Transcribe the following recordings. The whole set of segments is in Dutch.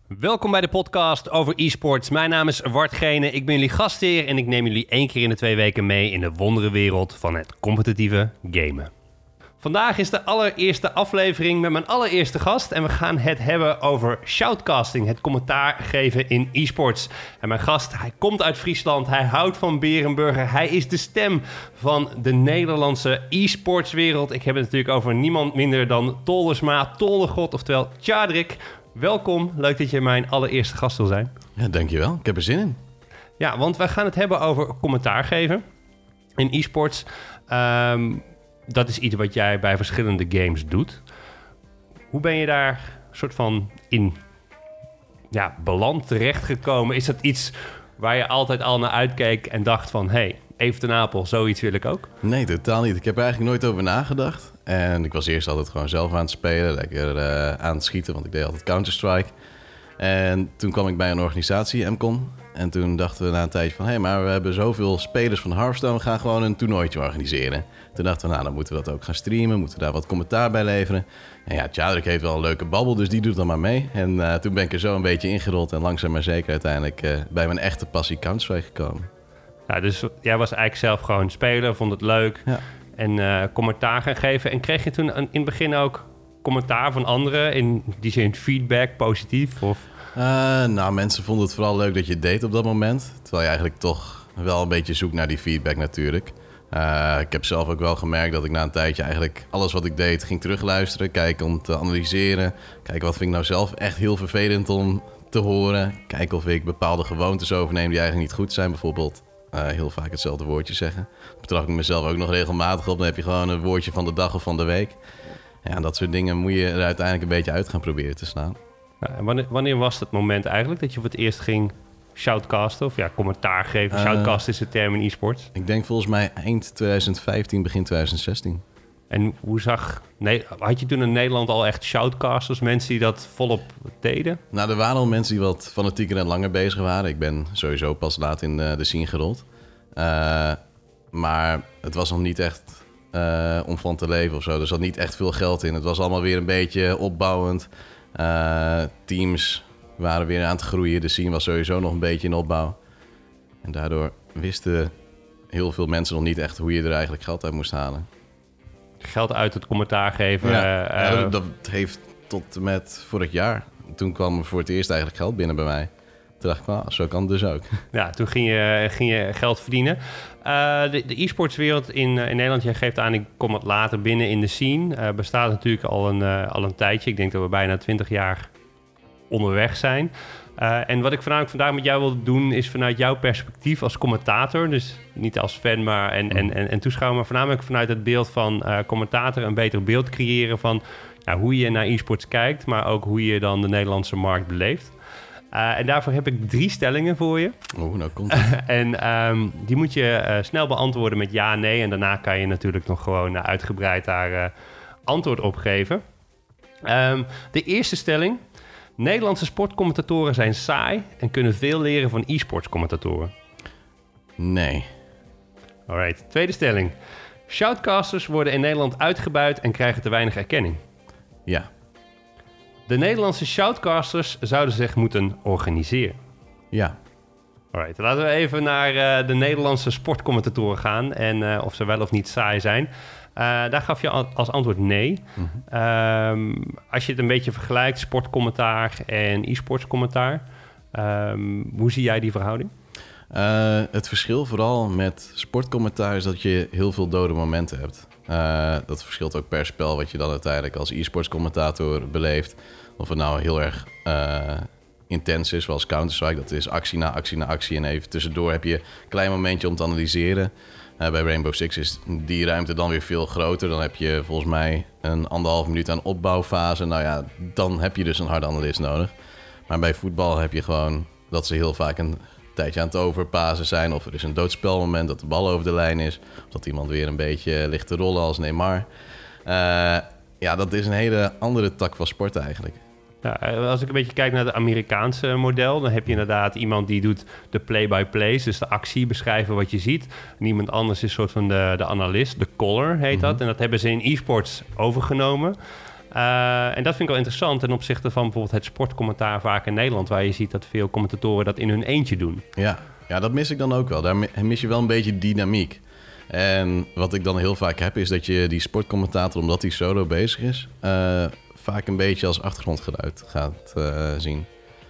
Welkom bij de podcast over e-sports. Mijn naam is Wart Gene, ik ben jullie gastheer en ik neem jullie 1 keer in de 2 weken mee in de wonderenwereld van het competitieve gamen. Vandaag is de allereerste aflevering met mijn allereerste gast en we gaan het hebben over shoutcasting, het commentaar geven in e-sports. En mijn gast, hij komt uit Friesland, hij houdt van Berenburger, hij is de stem van de Nederlandse e-sportswereld. Ik heb het natuurlijk over niemand minder dan Toldersma, Toldegod, oftewel Tjadrik. Welkom, leuk dat je mijn allereerste gast wil zijn. Ja, dankjewel. Ik heb er zin in. Ja, want wij gaan het hebben over commentaar geven in e-sports. Dat is iets wat jij bij verschillende games doet. Hoe ben je daar soort van in beland terechtgekomen? Is dat iets waar je altijd al naar uitkeek en dacht van... hey, even ten Apel, zoiets wil ik ook? Nee, totaal niet. Ik heb er eigenlijk nooit over nagedacht. En ik was eerst altijd gewoon zelf aan het spelen, lekker aan het schieten, want ik deed altijd Counter-Strike. En toen kwam ik bij een organisatie, MCON. En toen dachten we na een tijdje van... maar we hebben zoveel spelers van Hearthstone, we gaan gewoon een toernooitje organiseren. Toen dachten we, dan moeten we dat ook gaan streamen, moeten we daar wat commentaar bij leveren. En ja, Tjadrik heeft wel een leuke babbel, dus die doet dan maar mee. En toen ben ik er zo een beetje ingerold en langzaam maar zeker uiteindelijk bij mijn echte passie Counter-Strike gekomen. Ja, dus jij was eigenlijk zelf gewoon speler, vond het leuk en commentaar gaan geven. En kreeg je toen in het begin ook commentaar van anderen, in die zin feedback, positief? Of? Mensen vonden het vooral leuk dat je het deed op dat moment. Terwijl je eigenlijk toch wel een beetje zoekt naar die feedback natuurlijk. Ik heb zelf ook wel gemerkt dat ik na een tijdje eigenlijk alles wat ik deed ging terugluisteren. Kijken om te analyseren. Kijken wat vind ik nou zelf echt heel vervelend om te horen. Kijken of ik bepaalde gewoontes overneem die eigenlijk niet goed zijn. Bijvoorbeeld heel vaak hetzelfde woordje zeggen. Daar betrap ik mezelf ook nog regelmatig op. Dan heb je gewoon een woordje van de dag of van de week. Ja, dat soort dingen moet je er uiteindelijk een beetje uit gaan proberen te slaan. Ja, wanneer was het moment eigenlijk dat je voor het eerst ging shoutcasten? Of commentaar geven. Shoutcast is de term in e-sports. Ik denk volgens mij eind 2015, begin 2016. En had je toen in Nederland al echt shoutcasters? Mensen die dat volop deden? Nou, er waren al mensen die wat fanatieker en langer bezig waren. Ik ben sowieso pas laat in de scene gerold. Maar het was nog niet echt om van te leven of zo. Er zat niet echt veel geld in. Het was allemaal weer een beetje opbouwend. Teams waren weer aan het groeien. De scene was sowieso nog een beetje in opbouw. En daardoor wisten heel veel mensen nog niet echt hoe je er eigenlijk geld uit moest halen. Geld uit het commentaar geven. Dat heeft tot en met vorig jaar. Toen kwam er voor het eerst eigenlijk geld binnen bij mij. Toen dacht ik, zo kan het dus ook. Ja, toen ging je geld verdienen. De e-sportswereld in Nederland, jij geeft aan, ik kom wat later binnen in de scene. Bestaat natuurlijk al een tijdje. Ik denk dat we bijna 20 jaar onderweg zijn. En wat ik voornamelijk vandaag met jou wil doen, is vanuit jouw perspectief als commentator. Dus niet als fan maar en toeschouwer, maar voornamelijk vanuit het beeld van commentator een beter beeld creëren van hoe je naar e-sports kijkt, maar ook hoe je dan de Nederlandse markt beleeft. En daarvoor heb ik 3 stellingen voor je. Nou komt het. En die moet je snel beantwoorden met ja, nee. En daarna kan je natuurlijk nog gewoon uitgebreid daar antwoord op geven. De eerste stelling. Nederlandse sportcommentatoren zijn saai en kunnen veel leren van e-sportscommentatoren. Nee. Alright. Tweede stelling. Shoutcasters worden in Nederland uitgebuit en krijgen te weinig erkenning. Ja. De Nederlandse shoutcasters zouden zich moeten organiseren. Ja. Alright, laten we even naar de Nederlandse sportcommentatoren gaan en of ze wel of niet saai zijn. Daar gaf je als antwoord nee. Mm-hmm. Als je het een beetje vergelijkt, sportcommentaar en e-sportscommentaar, hoe zie jij die verhouding? Het verschil vooral met sportcommentaar is dat je heel veel dode momenten hebt. Dat verschilt ook per spel wat je dan uiteindelijk als e-sportscommentator beleeft. Of het nou heel erg intens is, zoals Counter-Strike. Dat is actie na actie na actie. En even tussendoor heb je een klein momentje om te analyseren. Bij Rainbow Six is die ruimte dan weer veel groter. Dan heb je volgens mij een 1,5 minuut aan opbouwfase. Nou ja, dan heb je dus een harde analist nodig. Maar bij voetbal heb je gewoon dat ze heel vaak een tijdje aan het overpasen zijn. Of er is een doodspelmoment dat de bal over de lijn is. Of dat iemand weer een beetje ligt te rollen als Neymar. Dat is een hele andere tak van sport eigenlijk. Ja, als ik een beetje kijk naar het Amerikaanse model, dan heb je inderdaad iemand die doet de play-by-plays, dus de actie, beschrijven wat je ziet. En iemand anders is een soort van de analist, de caller heet dat. En dat hebben ze in e-sports overgenomen. En dat vind ik wel interessant ten opzichte van bijvoorbeeld het sportcommentaar vaak in Nederland, waar je ziet dat veel commentatoren dat in hun eentje doen. Ja, dat mis ik dan ook wel. Daar mis je wel een beetje dynamiek. En wat ik dan heel vaak heb, is dat je die sportcommentator, omdat hij solo bezig is, vaak een beetje als achtergrondgeluid gaat zien.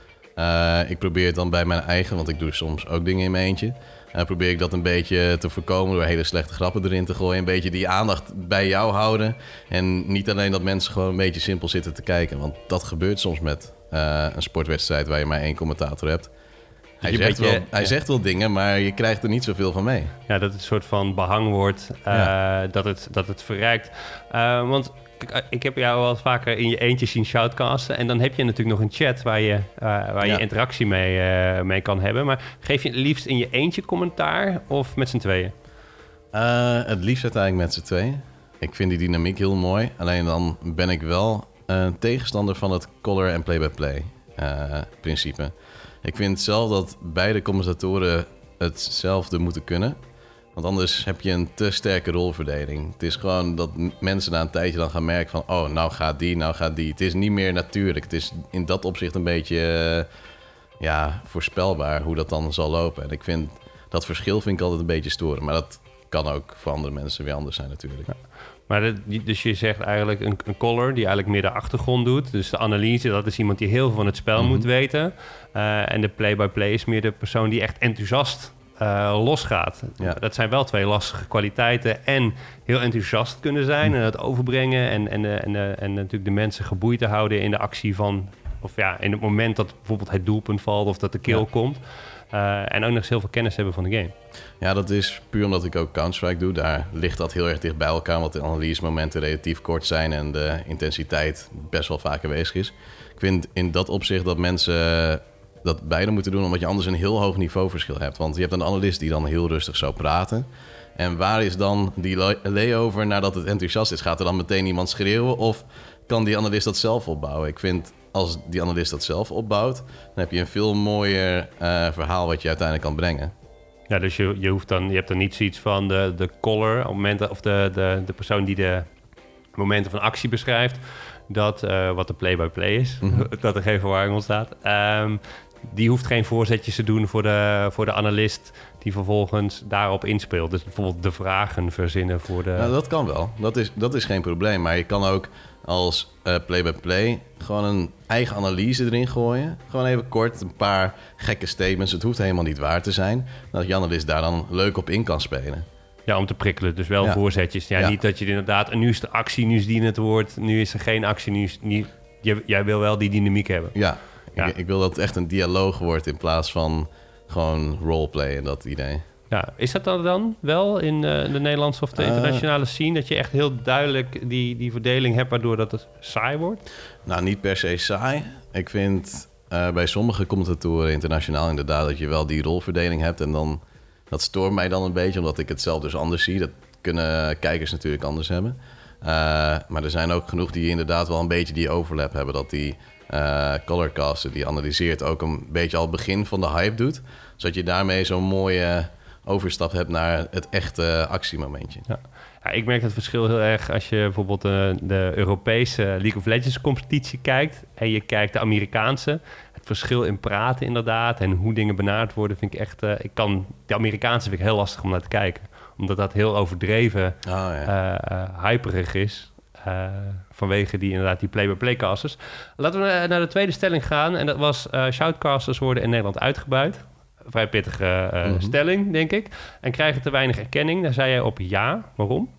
Ik probeer het dan bij mijn eigen, want ik doe soms ook dingen in mijn eentje. Probeer ik dat een beetje te voorkomen door hele slechte grappen erin te gooien. Een beetje die aandacht bij jou houden. En niet alleen dat mensen gewoon een beetje simpel zitten te kijken. Want dat gebeurt soms met een sportwedstrijd waar je maar één commentator hebt. Hij zegt wel dingen, maar je krijgt er niet zoveel van mee. Ja, dat het een soort van behang wordt, dat het verrijkt. Want ik heb jou wel vaker in je eentje zien shoutcasten. En dan heb je natuurlijk nog een chat waar je interactie mee kan hebben. Maar geef je het liefst in je eentje commentaar of met z'n tweeën? Het liefst uiteindelijk met z'n tweeën. Ik vind die dynamiek heel mooi. Alleen dan ben ik wel een tegenstander van het color en play-by-play principe. Ik vind zelf dat beide commentatoren hetzelfde moeten kunnen. Want anders heb je een te sterke rolverdeling. Het is gewoon dat mensen na een tijdje dan gaan merken van... oh, nou gaat die. Het is niet meer natuurlijk. Het is in dat opzicht een beetje voorspelbaar hoe dat dan zal lopen. En ik vind dat verschil altijd een beetje storend. Maar dat kan ook voor andere mensen weer anders zijn natuurlijk. Ja. Maar dus je zegt eigenlijk een caller die eigenlijk meer de achtergrond doet. Dus de analyse, dat is iemand die heel veel van het spel moet weten. En de play-by-play is meer de persoon die echt enthousiast losgaat. Ja. Dat zijn wel twee lastige kwaliteiten. En heel enthousiast kunnen zijn en het overbrengen. En natuurlijk de mensen geboeid te houden in de actie van... of in het moment dat bijvoorbeeld het doelpunt valt of dat de kill komt. En ook nog eens heel veel kennis hebben van de game. Ja, dat is puur omdat ik ook Counter-Strike doe. Daar ligt dat heel erg dicht bij elkaar, omdat de analysemomenten relatief kort zijn en de intensiteit best wel vaak aanwezig is. Ik vind in dat opzicht dat mensen dat beide moeten doen, omdat je anders een heel hoog niveauverschil hebt. Want je hebt een analist die dan heel rustig zou praten. En waar is dan die layover nadat het enthousiast is? Gaat er dan meteen iemand schreeuwen of kan die analist dat zelf opbouwen? Ik vind als die analist dat zelf opbouwt, dan heb je een veel mooier verhaal wat je uiteindelijk kan brengen. Ja, dus je hebt dan niet zoiets van de caller, op momenten, of de persoon die de momenten van actie beschrijft, dat wat de play-by-play is, dat er geen verwarring ontstaat. Die hoeft geen voorzetjes te doen voor de analist die vervolgens daarop inspeelt. Dus bijvoorbeeld de vragen verzinnen voor de... Nou, dat kan wel. Dat is geen probleem. Maar je kan ook als play-by-play gewoon een eigen analyse erin gooien. Gewoon even kort een paar gekke statements. Het hoeft helemaal niet waar te zijn. Dat je analist daar dan leuk op in kan spelen. Ja, om te prikkelen. Dus wel voorzetjes. Ja, niet dat je inderdaad... nu is de actie, nu is die het woord. Nu is er geen actie, nu is niet... Jij wil wel die dynamiek hebben. Ja. Ik wil dat het echt een dialoog wordt in plaats van gewoon roleplay en dat idee. Ja, is dat dan wel in de Nederlandse of de internationale scene... dat je echt heel duidelijk die verdeling hebt waardoor dat het saai wordt? Nou, niet per se saai. Ik vind bij sommige commentatoren internationaal inderdaad... dat je wel die rolverdeling hebt en dan... dat stoort mij dan een beetje, omdat ik het zelf dus anders zie. Dat kunnen kijkers natuurlijk anders hebben. Maar er zijn ook genoeg die inderdaad wel een beetje die overlap hebben... dat die colorcaster die analyseert ook een beetje al het begin van de hype doet. Zodat je daarmee zo'n mooie overstap hebt naar het echte actiemomentje. Ja, ik merk het verschil heel erg als je bijvoorbeeld de Europese League of Legends competitie kijkt en je kijkt de Amerikaanse. Het verschil in praten inderdaad en hoe dingen benaderd worden vind ik echt... de Amerikaanse vind ik heel lastig om naar te kijken. Omdat dat heel overdreven hyperig is. Vanwege die play-by-play casters. Laten we naar de tweede stelling gaan. En dat was shoutcasters worden in Nederland uitgebuit. Vrij pittige stelling, denk ik. En krijgen te weinig erkenning. Daar zei jij op ja. Waarom?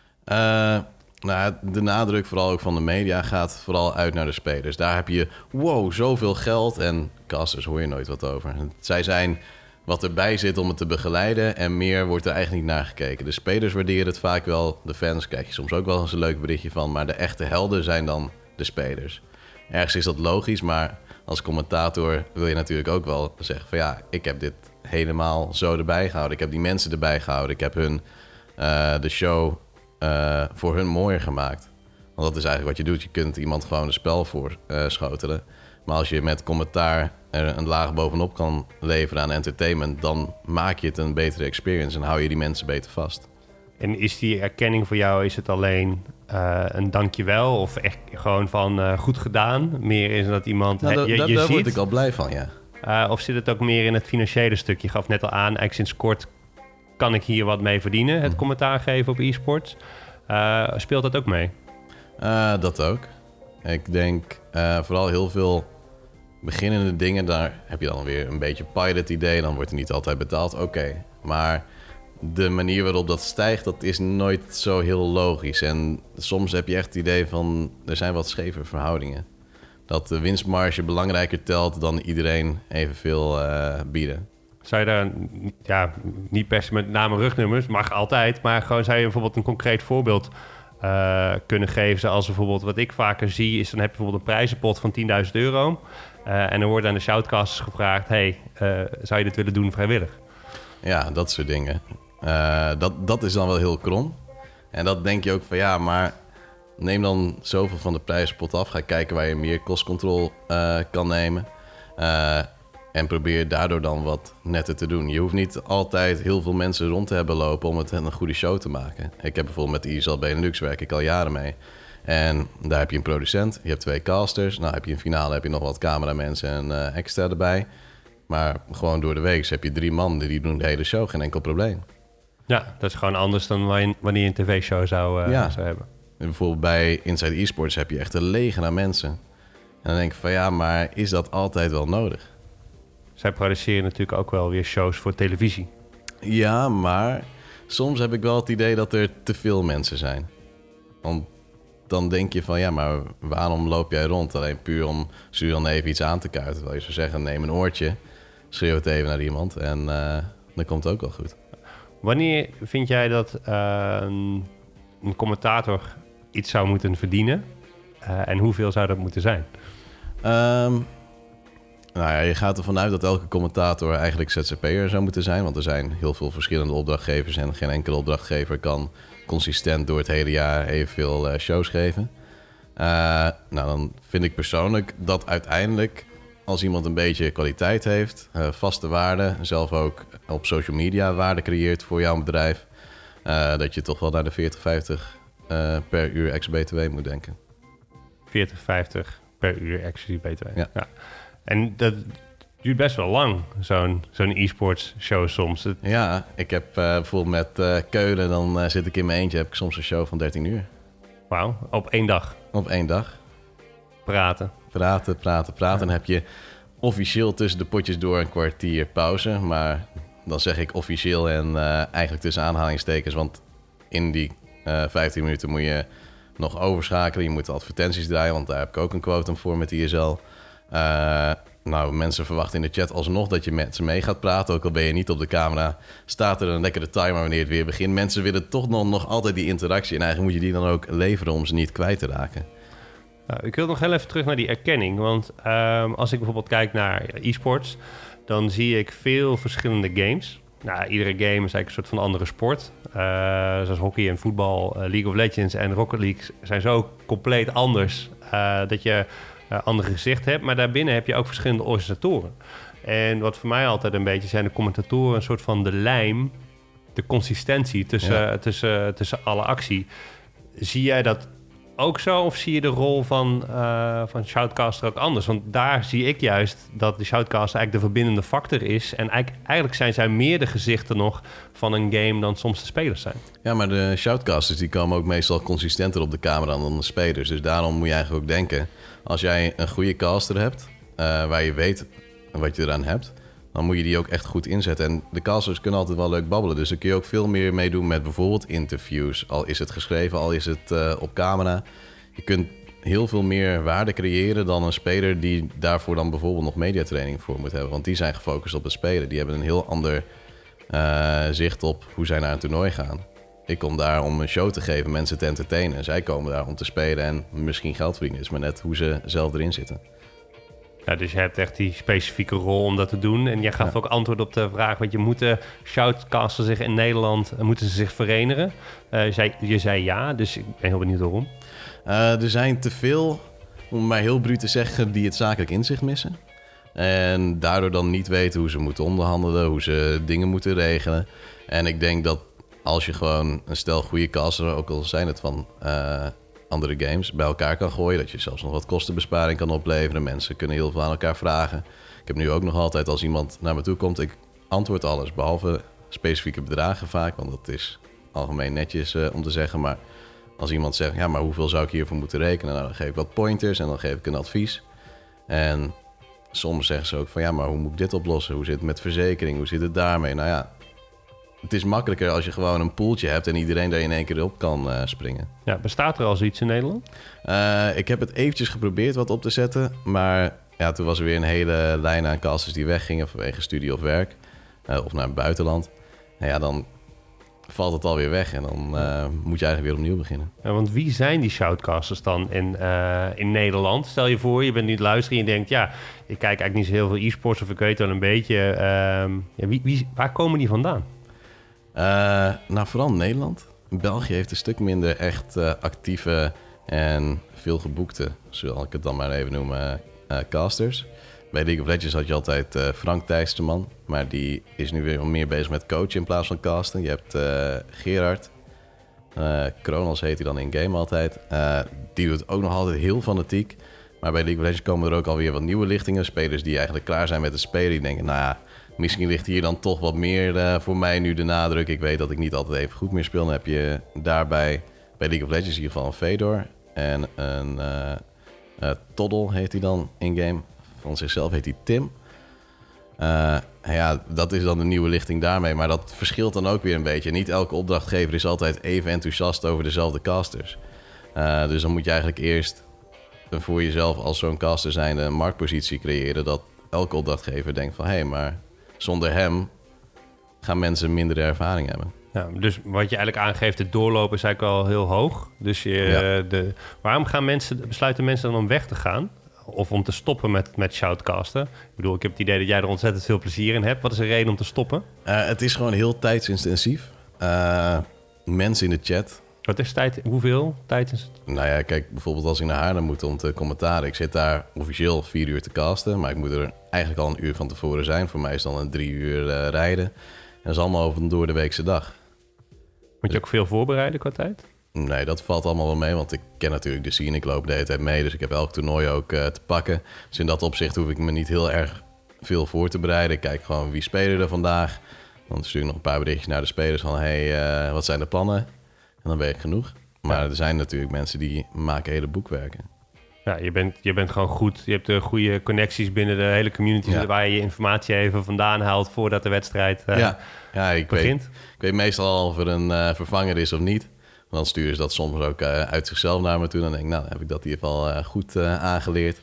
De nadruk vooral ook van de media gaat vooral uit naar de spelers. Daar heb je, zoveel geld. En casters hoor je nooit wat over. Zij zijn wat erbij zit om het te begeleiden en meer wordt er eigenlijk niet naar gekeken. De spelers waarderen het vaak wel, de fans krijg je soms ook wel eens een leuk berichtje van, maar de echte helden zijn dan de spelers. Ergens is dat logisch, maar als commentator wil je natuurlijk ook wel zeggen van ik heb dit helemaal zo erbij gehouden. Ik heb die mensen erbij gehouden. Ik heb hun de show voor hun mooier gemaakt. Want dat is eigenlijk wat je doet. Je kunt iemand gewoon een spel voor schotelen. Maar als je met commentaar er een laag bovenop kan leveren aan entertainment, dan maak je het een betere experience en hou je die mensen beter vast. En is die erkenning voor jou, is het alleen een dankjewel of echt gewoon van goed gedaan? Meer is dat iemand Nou, je daar ziet? word ik al blij van, ja. Of zit het ook meer in het financiële stuk? Je gaf net al aan, eigenlijk sinds kort kan ik hier wat mee verdienen. Het commentaar geven op e-sports. Speelt dat ook mee? Dat ook. Ik denk vooral heel veel beginnende dingen, daar heb je dan weer een beetje pilot idee. Dan wordt er niet altijd betaald, oké. Maar de manier waarop dat stijgt, dat is nooit zo heel logisch. En soms heb je echt het idee van, er zijn wat scheve verhoudingen. Dat de winstmarge belangrijker telt dan iedereen evenveel bieden. Zou je daar, niet per se met naam en rugnummers, mag altijd, maar gewoon zou je bijvoorbeeld een concreet voorbeeld kunnen geven, zoals bijvoorbeeld wat ik vaker zie, is dan heb je bijvoorbeeld een prijzenpot van €10.000 en dan wordt aan de shoutcasters gevraagd, zou je dit willen doen vrijwillig? Ja, dat soort dingen. Dat is dan wel heel krom. En dat denk je ook van ja, maar neem dan zoveel van de prijzenpot af. Ga kijken waar je meer kostcontrole kan nemen. En probeer daardoor dan wat netter te doen. Je hoeft niet altijd heel veel mensen rond te hebben lopen om het een goede show te maken. Ik heb bijvoorbeeld met ISL Benelux werk ik al jaren mee. En daar heb je een producent, je hebt 2 casters. Nou heb je een finale, heb je nog wat cameramensen en extra erbij. Maar gewoon door de week heb je 3 man die doen de hele show, geen enkel probleem. Ja, dat is gewoon anders dan wanneer je een tv-show zou hebben. En bijvoorbeeld bij Inside Esports heb je echt een leger aan mensen. En dan denk ik van ja, maar is dat altijd wel nodig? Zij produceren natuurlijk ook wel weer shows voor televisie. Ja, maar soms heb ik wel het idee dat er te veel mensen zijn. Want dan denk je van ja, maar waarom loop jij rond? Alleen puur om stuur dan even iets aan te kaarten. Terwijl je zou zeggen, neem een oortje, schreeuw het even naar iemand en dan komt het ook wel goed. Wanneer vind jij dat een commentator iets zou moeten verdienen? En hoeveel zou dat moeten zijn? Nou ja, je gaat ervan uit dat elke commentator eigenlijk ZZP'er zou moeten zijn. Want er zijn heel veel verschillende opdrachtgevers en geen enkele opdrachtgever kan consistent door het hele jaar evenveel shows geven. Nou, dan vind ik persoonlijk dat uiteindelijk, als iemand een beetje kwaliteit heeft, vaste waarde, zelf ook op social media waarde creëert voor jouw bedrijf, dat je toch wel naar de 40-50 per uur ex-BTW moet denken. 40-50 per uur exclusief BTW. Ja. En dat duurt best wel lang, zo'n e-sports show soms. Ja, ik heb bijvoorbeeld met Keulen, dan zit ik in mijn eentje, heb ik soms een show van 13 uur. Wauw, op 1 dag? Op 1 dag. Praten. Ja. Dan heb je officieel tussen de potjes door een kwartier pauze. Maar dan zeg ik officieel en eigenlijk tussen aanhalingstekens. Want in die 15 minuten moet je nog overschakelen. Je moet advertenties draaien, want daar heb ik ook een quotum voor met ISL. Nou, mensen verwachten in de chat alsnog dat je met ze mee gaat praten. Ook al ben je niet op de camera, staat er een lekkere timer wanneer het weer begint. Mensen willen toch nog altijd die interactie. En eigenlijk moet je die dan ook leveren om ze niet kwijt te raken. Nou, ik wil nog heel even terug naar die erkenning. Want als ik bijvoorbeeld kijk naar e-sports, dan zie ik veel verschillende games. Nou, iedere game is eigenlijk een soort van andere sport. Zoals hockey en voetbal, League of Legends en Rocket League zijn zo compleet anders dat je andere gezichten hebt. Maar daarbinnen heb je ook verschillende organisatoren. En wat voor mij altijd een beetje zijn de commentatoren een soort van de lijm, de consistentie tussen alle actie. Zie jij dat ook zo of zie je de rol van shoutcaster ook anders? Want daar zie ik juist dat de shoutcaster eigenlijk de verbindende factor is. En eigenlijk zijn zij meer de gezichten nog van een game dan soms de spelers zijn. Ja, maar de shoutcasters die komen ook meestal consistenter op de camera dan de spelers. Dus daarom moet je eigenlijk ook denken, als jij een goede caster hebt, waar je weet wat je eraan hebt, dan moet je die ook echt goed inzetten. En de casters kunnen altijd wel leuk babbelen. Dus daar kun je ook veel meer mee doen met bijvoorbeeld interviews. Al is het geschreven, al is het op camera. Je kunt heel veel meer waarde creëren dan een speler die daarvoor dan bijvoorbeeld nog mediatraining voor moet hebben. Want die zijn gefocust op het spelen. Die hebben een heel ander zicht op hoe zij naar een toernooi gaan. Ik kom daar om een show te geven, mensen te entertainen. Zij komen daar om te spelen en misschien geld verdienen. Is maar net hoe ze zelf erin zitten. Ja, dus je hebt echt die specifieke rol om dat te doen. En jij gaf ook antwoord op de vraag, want je moeten shoutcasters zich in Nederland, moeten ze zich verenigen? Je zei ja, dus ik ben heel benieuwd waarom. Er zijn te veel, om maar heel bruut te zeggen, die het zakelijk inzicht missen. En daardoor dan niet weten hoe ze moeten onderhandelen, hoe ze dingen moeten regelen. En ik denk dat als je gewoon een stel goede casters, ook al zijn het van andere games, bij elkaar kan gooien. Dat je zelfs nog wat kostenbesparing kan opleveren. Mensen kunnen heel veel aan elkaar vragen. Ik heb nu ook nog altijd, als iemand naar me toe komt, ik antwoord alles, behalve specifieke bedragen vaak, want dat is algemeen netjes om te zeggen. Maar als iemand zegt, ja, maar hoeveel zou ik hiervoor moeten rekenen? Nou, dan geef ik wat pointers en dan geef ik een advies. En soms zeggen ze ook van, ja, maar hoe moet ik dit oplossen? Hoe zit het met verzekering? Hoe zit het daarmee? Nou ja, het is makkelijker als je gewoon een poeltje hebt en iedereen daar in één keer op kan springen. Ja, bestaat er al zoiets in Nederland? Ik heb het eventjes geprobeerd wat op te zetten, maar ja, toen was er weer een hele lijn aan casters die weggingen vanwege studie of werk, of naar het buitenland. Nou ja, dan valt het alweer weg en dan moet je eigenlijk weer opnieuw beginnen. Ja, want wie zijn die shoutcasters dan in Nederland? Stel je voor, je bent nu het luisteren en je denkt, ja, ik kijk eigenlijk niet zo heel veel e-sports of ik weet wel een beetje. Waar komen die vandaan? Nou, vooral Nederland. België heeft een stuk minder echt actieve en veel geboekte, zal ik het dan maar even noemen, casters. Bij League of Legends had je altijd Frank Tijsterman, maar die is nu weer meer bezig met coachen in plaats van casten. Je hebt Gerard, Kronos heet hij dan in game altijd. Die doet ook nog altijd heel fanatiek. Maar bij League of Legends komen er ook alweer wat nieuwe lichtingen. Spelers die eigenlijk klaar zijn met het spelen. Die denken, nou ja, misschien ligt hier dan toch wat meer voor mij nu de nadruk. Ik weet dat ik niet altijd even goed meer speel. Dan heb je daarbij bij League of Legends in ieder geval een Fedor. En een Toddle heet hij dan in-game. Van zichzelf heet hij Tim. Ja, dat is dan de nieuwe lichting daarmee. Maar dat verschilt dan ook weer een beetje. Niet elke opdrachtgever is altijd even enthousiast over dezelfde casters. Dus dan moet je eigenlijk eerst voor jezelf als zo'n caster zijnde een marktpositie creëren. Dat elke opdrachtgever denkt van, hé, maar zonder hem gaan mensen minder ervaring hebben. Ja, dus wat je eigenlijk aangeeft, het doorlopen is eigenlijk al heel hoog. Dus waarom besluiten mensen dan om weg te gaan? Of om te stoppen met shoutcasten? Ik bedoel, ik heb het idee dat jij er ontzettend veel plezier in hebt. Wat is de reden om te stoppen? Het is gewoon heel tijdsintensief. Mensen in de chat. Wat is tijd? Hoeveel tijd is het? Nou ja, kijk, bijvoorbeeld als ik naar Haarlem moet om te commentaren. Ik zit daar officieel 4 uur te casten, maar ik moet er eigenlijk al een uur van tevoren zijn. Voor mij is dan een 3 uur rijden. En dat is allemaal over een door de weekse dag. Moet je ook veel voorbereiden qua tijd? Nee, dat valt allemaal wel mee, want ik ken natuurlijk de scene. Ik loop de hele tijd mee, dus ik heb elk toernooi ook te pakken. Dus in dat opzicht hoef ik me niet heel erg veel voor te bereiden. Ik kijk gewoon wie spelen er vandaag. Dan stuur ik nog een paar berichtjes naar de spelers van, hey, wat zijn de plannen? En dan weet ik genoeg. Maar er zijn natuurlijk mensen die maken hele boekwerken. Ja, je bent gewoon goed. Je hebt goede connecties binnen de hele community waar je je informatie even vandaan haalt voordat de wedstrijd ik begint. Ik weet meestal al of er een vervanger is of niet. Dan sturen ze dat soms ook uit zichzelf naar me toe. Dan denk ik, nou, dan heb ik dat in ieder geval goed aangeleerd.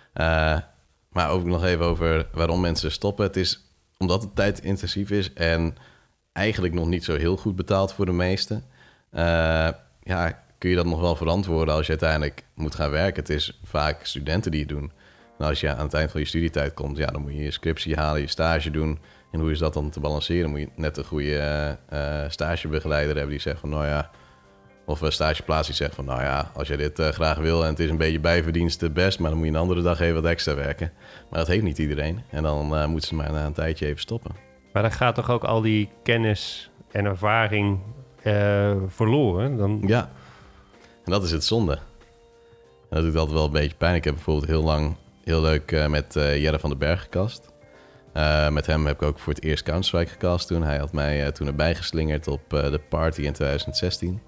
Maar ook nog even over waarom mensen stoppen. Het is omdat het tijdintensief is en eigenlijk nog niet zo heel goed betaald voor de meesten. Kun je dat nog wel verantwoorden als je uiteindelijk moet gaan werken. Het is vaak studenten die het doen. En als je aan het eind van je studietijd komt, ja, dan moet je je scriptie halen, je stage doen. En hoe is dat dan te balanceren? Moet je net een goede stagebegeleider hebben die zegt van, nou ja, of een stageplaats die zegt van, nou ja, als jij dit graag wil en het is een beetje bijverdienste best, maar dan moet je een andere dag even wat extra werken. Maar dat heeft niet iedereen. En dan moeten ze maar na een tijdje even stoppen. Maar dan gaat toch ook al die kennis en ervaring verloren? Dan... Ja, en dat is het zonde. En dat doet altijd wel een beetje pijn. Ik heb bijvoorbeeld heel lang heel leuk met Jelle van den Berg gecast. Met hem heb ik ook voor het eerst Counter-Strike gecast toen. Hij had mij toen erbij geslingerd op de party in 2016.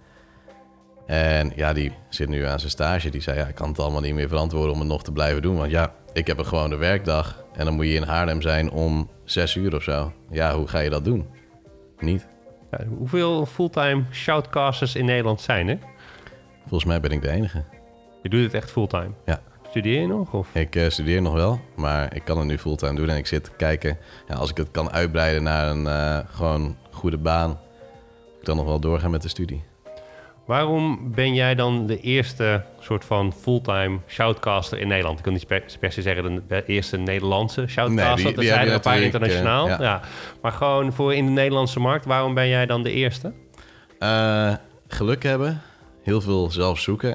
En ja, die zit nu aan zijn stage. Die zei, ja, ik kan het allemaal niet meer verantwoorden om het nog te blijven doen. Want ja, ik heb een gewone werkdag. En dan moet je in Haarlem zijn om 6 uur of zo. Ja, hoe ga je dat doen? Niet. Ja, hoeveel fulltime shoutcasters in Nederland zijn er? Volgens mij ben ik de enige. Je doet het echt fulltime? Ja. Studeer je nog? Of? Ik studeer nog wel, maar ik kan het nu fulltime doen. En ik zit te kijken, ja, als ik het kan uitbreiden naar een gewoon goede baan, of ik dan nog wel doorgaan met de studie. Waarom ben jij dan de eerste soort van fulltime shoutcaster in Nederland? Ik kan niet per se zeggen de eerste Nederlandse shoutcaster. Nee, er zijn er een paar internationaal. Ja. Ja. Maar gewoon voor in de Nederlandse markt, waarom ben jij dan de eerste? Geluk hebben, heel veel zelf zoeken.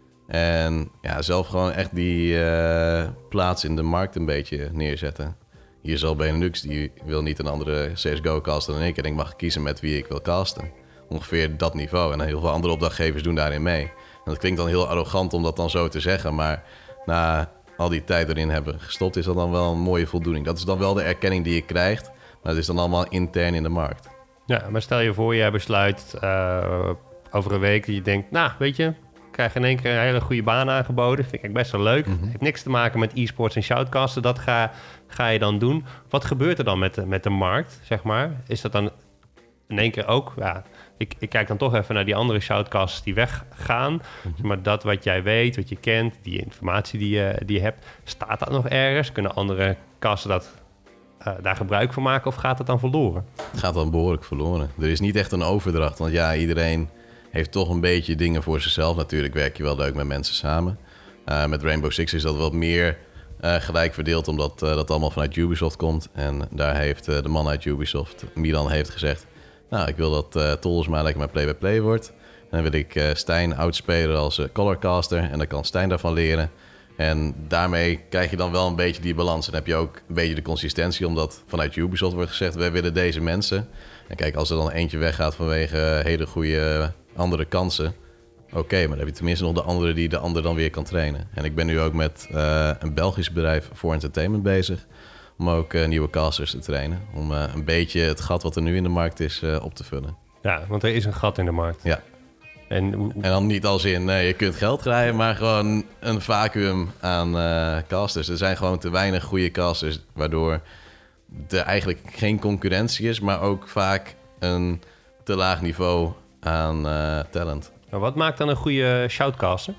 En ja, zelf gewoon echt die plaats in de markt een beetje neerzetten. Hier zal Benelux, die wil niet een andere CSGO casten dan ik. En ik mag kiezen met wie ik wil casten. Ongeveer dat niveau. En heel veel andere opdrachtgevers doen daarin mee. En dat klinkt dan heel arrogant om dat dan zo te zeggen. Maar na al die tijd erin hebben gestopt, is dat dan wel een mooie voldoening. Dat is dan wel de erkenning die je krijgt. Maar het is dan allemaal intern in de markt. Ja, maar stel je voor, jij besluit over een week dat je denkt... Nou, weet je, ik krijg in één keer een hele goede baan aangeboden. Vind ik best wel leuk. Heeft niks te maken met e-sports en shoutcasten. Dat ga je dan doen. Wat gebeurt er dan met de markt, zeg maar? Is dat dan in één keer ook... Ja, ik kijk dan toch even naar die andere shoutcasts die weggaan. Maar dat wat jij weet, wat je kent, die informatie die je hebt... Staat dat nog ergens? Kunnen andere casten daar gebruik van maken of gaat het dan verloren? Het gaat dan behoorlijk verloren. Er is niet echt een overdracht, want ja, iedereen heeft toch een beetje dingen voor zichzelf. Natuurlijk werk je wel leuk met mensen samen. Met Rainbow Six is dat wat meer gelijk verdeeld, omdat dat allemaal vanuit Ubisoft komt. En daar heeft de man uit Ubisoft, Milan, heeft gezegd... Nou, ik wil dat Tolsma lekker mijn play-by-play wordt. Dan wil ik Stijn outspelen als colorcaster en dan kan Stijn daarvan leren. En daarmee krijg je dan wel een beetje die balans. En heb je ook een beetje de consistentie, omdat vanuit Ubisoft wordt gezegd... wij willen deze mensen. En kijk, als er dan eentje weggaat vanwege hele goede andere kansen... Oké, maar dan heb je tenminste nog de andere die de ander dan weer kan trainen. En ik ben nu ook met een Belgisch bedrijf voor entertainment bezig... om ook nieuwe casters te trainen. Om een beetje het gat wat er nu in de markt is op te vullen. Ja, want er is een gat in de markt. Ja. En dan niet als in, je kunt geld krijgen, maar gewoon een vacuüm aan casters. Er zijn gewoon te weinig goede casters, waardoor er eigenlijk geen concurrentie is, maar ook vaak een te laag niveau aan talent. Maar wat maakt dan een goede shoutcaster?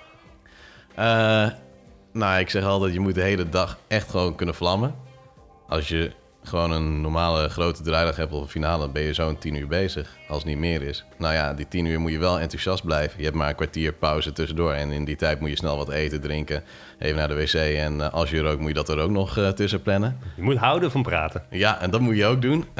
Nou, ik zeg altijd, je moet de hele dag echt gewoon kunnen vlammen. Als je gewoon een normale grote draaidag hebt of een finale, dan ben je zo'n 10 uur bezig, als het niet meer is. Nou ja, die 10 uur moet je wel enthousiast blijven. Je hebt maar een kwartier pauze tussendoor en in die tijd moet je snel wat eten, drinken, even naar de wc. En als je rookt, moet je dat er ook nog tussen plannen. Je moet houden van praten. Ja, en dat moet je ook doen.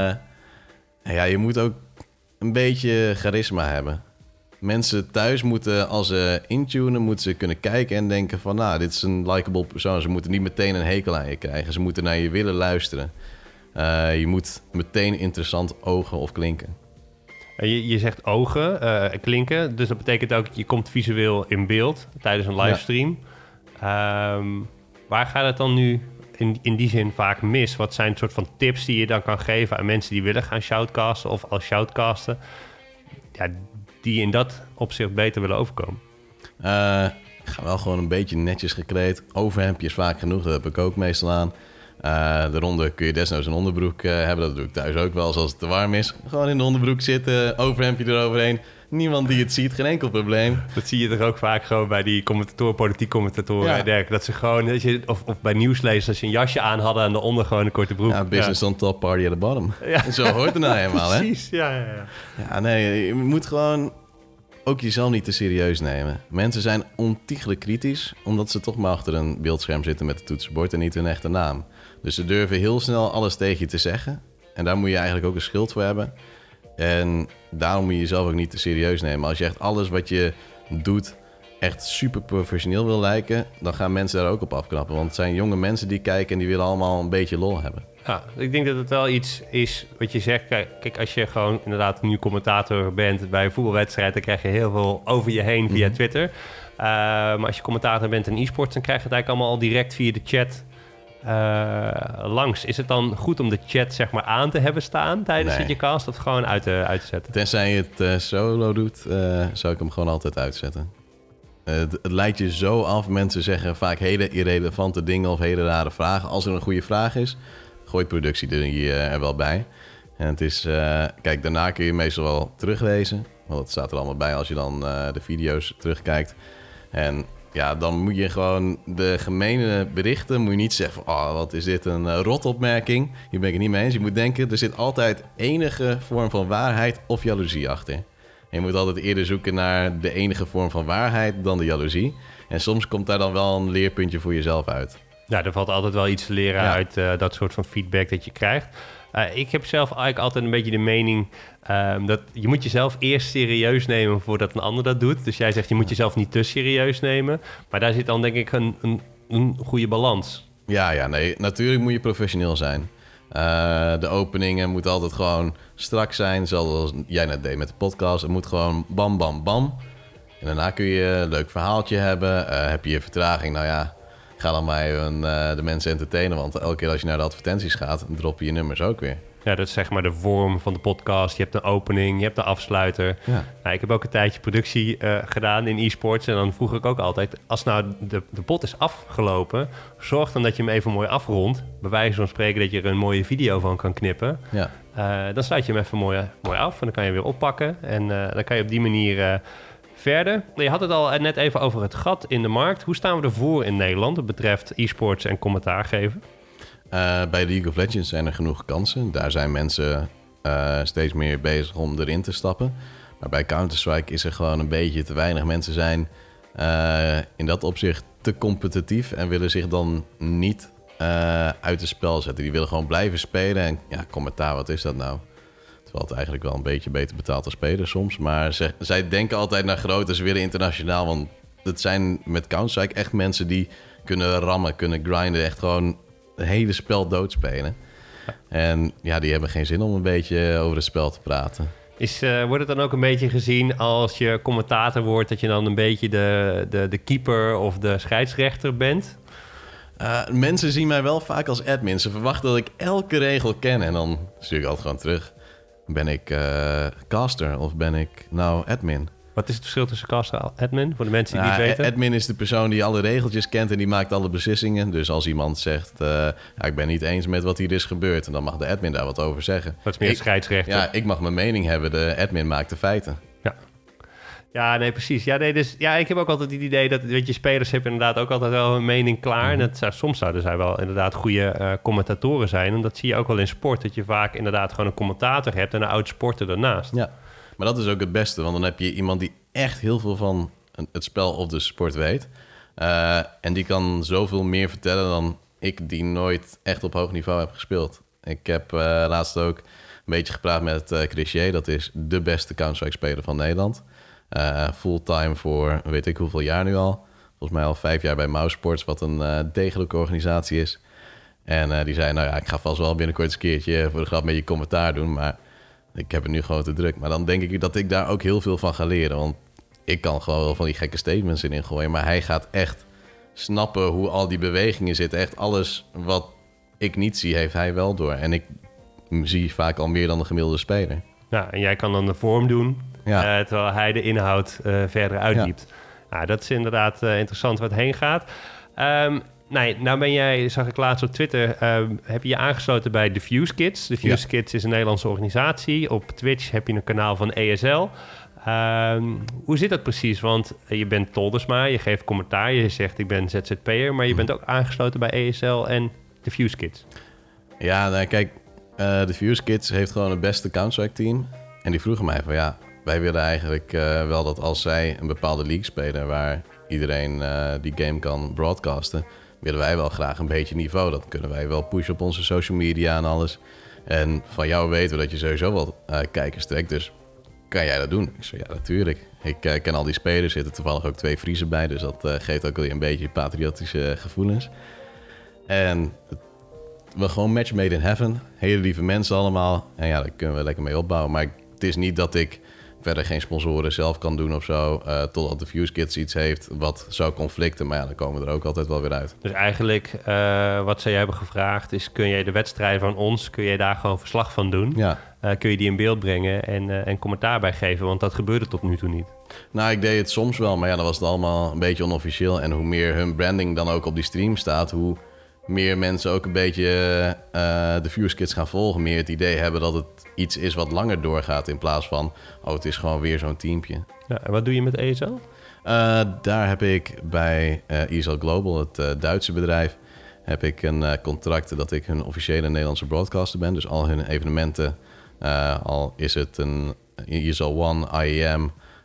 Ja, je moet ook een beetje charisma hebben. Mensen thuis moeten, als ze intunen, moeten ze kunnen kijken en denken van... nou, dit is een likable persoon. Ze moeten niet meteen een hekel aan je krijgen. Ze moeten naar je willen luisteren. Je moet meteen interessant ogen of klinken. Je zegt ogen, klinken. Dus dat betekent ook, je komt visueel in beeld tijdens een livestream. Ja. Waar gaat het dan nu in die zin vaak mis? Wat zijn het soort van tips die je dan kan geven aan mensen die willen gaan shoutcasten of al shoutcasten? Ja, die in dat opzicht beter willen overkomen? Ga wel gewoon een beetje netjes gekleed. Overhemdje is vaak genoeg, dat heb ik ook meestal aan. Daaronder kun je desnoods een onderbroek hebben. Dat doe ik thuis ook wel, als het te warm is. Gewoon in de onderbroek zitten, overhemdje eroverheen. Niemand die het ziet, geen enkel probleem. Dat zie je toch ook vaak gewoon bij die commentatoren, politiek commentatoren en dergelijke. Dat ze gewoon, of bij nieuwslezers, als je een jasje aan hadden en daaronder gewoon een korte broek. Ja, business on top, party at the bottom. Ja. Zo hoort het nou helemaal, hè? Precies, ja. Ja, nee, je moet gewoon ook jezelf niet te serieus nemen. Mensen zijn ontiegelijk kritisch, omdat ze toch maar achter een beeldscherm zitten met het toetsenbord en niet hun echte naam. Dus ze durven heel snel alles tegen je te zeggen. En daar moet je eigenlijk ook een schild voor hebben. En daarom moet je jezelf ook niet te serieus nemen. Als je echt alles wat je doet echt super professioneel wil lijken, dan gaan mensen daar ook op afknappen. Want het zijn jonge mensen die kijken en die willen allemaal een beetje lol hebben. Ja, ik denk dat het wel iets is wat je zegt. Kijk, als je gewoon inderdaad nu commentator bent bij een voetbalwedstrijd, dan krijg je heel veel over je heen via Twitter. Maar als je commentator bent in e-sports, dan krijg je het eigenlijk allemaal al direct via de chat langs. Is het dan goed om de chat zeg maar aan te hebben staan tijdens je cast of gewoon uit te zetten? Tenzij je het solo doet, zou ik hem gewoon altijd uitzetten. Het leidt je zo af. Mensen zeggen vaak hele irrelevante dingen of hele rare vragen. Als er een goede vraag is, gooit productie er wel bij. En het is, kijk, daarna kun je meestal wel teruglezen. Want dat staat er allemaal bij als je dan de video's terugkijkt. En ja, dan moet je gewoon de gemene berichten, moet je niet zeggen van, oh, wat is dit een rotopmerking. Hier ben ik het niet mee eens. Je moet denken, er zit altijd enige vorm van waarheid of jaloezie achter. En je moet altijd eerder zoeken naar de enige vorm van waarheid dan de jaloezie. En soms komt daar dan wel een leerpuntje voor jezelf uit. Ja, er valt altijd wel iets te leren uit dat soort van feedback dat je krijgt. Ik heb zelf eigenlijk altijd een beetje de mening dat je moet jezelf eerst serieus nemen voordat een ander dat doet. Dus jij zegt je moet jezelf niet te serieus nemen. Maar daar zit dan denk ik een goede balans. Ja, nee. Natuurlijk moet je professioneel zijn. De openingen moeten altijd gewoon strak zijn. Zoals jij net deed met de podcast. Het moet gewoon bam, bam, bam. En daarna kun je een leuk verhaaltje hebben. Heb je vertraging, nou ja, ga dan maar even de mensen entertainen. Want elke keer als je naar de advertenties gaat, droppen je nummers ook weer. Ja, dat is zeg maar de vorm van de podcast. Je hebt een opening, je hebt de afsluiter. Ja. Nou, ik heb ook een tijdje productie gedaan in e-sports. En dan vroeg ik ook altijd, als nou de pot is afgelopen, zorg dan dat je hem even mooi afrondt. Bij wijze van spreken dat je er een mooie video van kan knippen. Ja. Dan sluit je hem even mooi af en dan kan je weer oppakken. En dan kan je op die manier verder. Je had het al net even over het gat in de markt. Hoe staan we ervoor in Nederland wat betreft e-sports en commentaar geven? Bij League of Legends zijn er genoeg kansen. Daar zijn mensen steeds meer bezig om erin te stappen. Maar bij Counter-Strike is er gewoon een beetje te weinig mensen zijn in dat opzicht te competitief en willen zich dan niet uit het spel zetten. Die willen gewoon blijven spelen. En ja, commentaar, wat is dat nou? Terwijl het eigenlijk wel een beetje beter betaald als spelers soms. Maar zij denken altijd naar groot, ze willen internationaal. Want het zijn met Counter-Strike echt mensen die kunnen rammen, kunnen grinden. Echt gewoon het hele spel doodspelen. Ja. En ja, die hebben geen zin om een beetje over het spel te praten. Wordt het dan ook een beetje gezien als je commentator wordt, dat je dan een beetje de keeper of de scheidsrechter bent? Mensen zien mij wel vaak als admin. Ze verwachten dat ik elke regel ken. En dan stuur ik altijd gewoon terug. Ben ik caster of ben ik nou admin? Wat is het verschil tussen caster en admin, voor de mensen die het niet weten? Admin is de persoon die alle regeltjes kent en die maakt alle beslissingen. Dus als iemand zegt, ik ben niet eens met wat hier is gebeurd, dan mag de admin daar wat over zeggen. Dat is meer scheidsrechter. Ja, ik mag mijn mening hebben. De admin maakt de feiten. Ja, nee, precies. Ja, nee, dus, ja, ik heb ook altijd het idee dat, weet je, spelers hebben inderdaad ook altijd wel een mening klaar. En soms zouden zij wel inderdaad goede commentatoren zijn. En dat zie je ook wel in sport, dat je vaak inderdaad gewoon een commentator hebt en een oud sporter daarnaast. Ja, maar dat is ook het beste, want dan heb je iemand die echt heel veel van het spel of de sport weet. En die kan zoveel meer vertellen dan ik, die nooit echt op hoog niveau heb gespeeld. Ik heb laatst ook een beetje gepraat met Christier, dat is de beste Counter-Strike-speler van Nederland. Fulltime voor weet ik hoeveel jaar nu al. Volgens mij al 5 jaar bij Mousesports, wat een degelijke organisatie is. En die zei, nou ja, ik ga vast wel binnenkort eens een keertje voor de grap met je commentaar doen, maar ik heb het nu gewoon te druk. Maar dan denk ik dat ik daar ook heel veel van ga leren, want ik kan gewoon wel van die gekke statements in gooien, maar hij gaat echt snappen hoe al die bewegingen zitten. Echt alles wat ik niet zie, heeft hij wel door. En ik zie vaak al meer dan de gemiddelde speler. Ja, en jij kan dan de vorm doen, terwijl hij de inhoud verder uitdiept. Ja. Nou, dat is inderdaad interessant wat heen gaat. Nou ben jij, zag ik laatst op Twitter, heb je je aangesloten bij Diffuse Kids. Diffuse Kids is een Nederlandse organisatie. Op Twitch heb je een kanaal van ESL. Hoe zit dat precies? Want je bent Toldersma, je geeft commentaar, je zegt ik ben ZZP'er, maar je bent ook aangesloten bij ESL en Diffuse Kids. Ja, nou, kijk, Diffuse Kids heeft gewoon het beste Counter-Strike team. En die vroegen mij van ja, wij willen eigenlijk wel dat als zij een bepaalde league spelen waar iedereen die game kan broadcasten, willen wij wel graag een beetje niveau. Dat kunnen wij wel pushen op onze social media en alles. En van jou weten we dat je sowieso wel kijkers trekt, dus kan jij dat doen? Ik zei, ja, natuurlijk. Ik ken al die spelers, zitten toevallig ook 2 Friezen bij, dus dat geeft ook weer een beetje patriotische gevoelens. En we gewoon match made in heaven. Hele lieve mensen allemaal. En ja, daar kunnen we lekker mee opbouwen. Maar het is niet dat ik verder geen sponsoren zelf kan doen of zo. Totdat de Diffuse Kids iets heeft wat zou conflicten. Maar ja, dan komen we er ook altijd wel weer uit. Dus eigenlijk wat zij hebben gevraagd is, kun jij de wedstrijden van ons, kun je daar gewoon verslag van doen? Ja. Kun je die in beeld brengen en commentaar bij geven? Want dat gebeurde tot nu toe niet. Nou, ik deed het soms wel. Maar ja, dan was het allemaal een beetje onofficieel. En hoe meer hun branding dan ook op die stream staat, hoe meer mensen ook een beetje de Diffuse Kids gaan volgen. Meer het idee hebben dat het iets is wat langer doorgaat in plaats van, het is gewoon weer zo'n teampje. Ja, en wat doe je met ESL? Daar heb ik bij ESL Global, het Duitse bedrijf, heb ik een contract dat ik hun officiële Nederlandse broadcaster ben. Dus al hun evenementen, al is het een ESL One, IEM,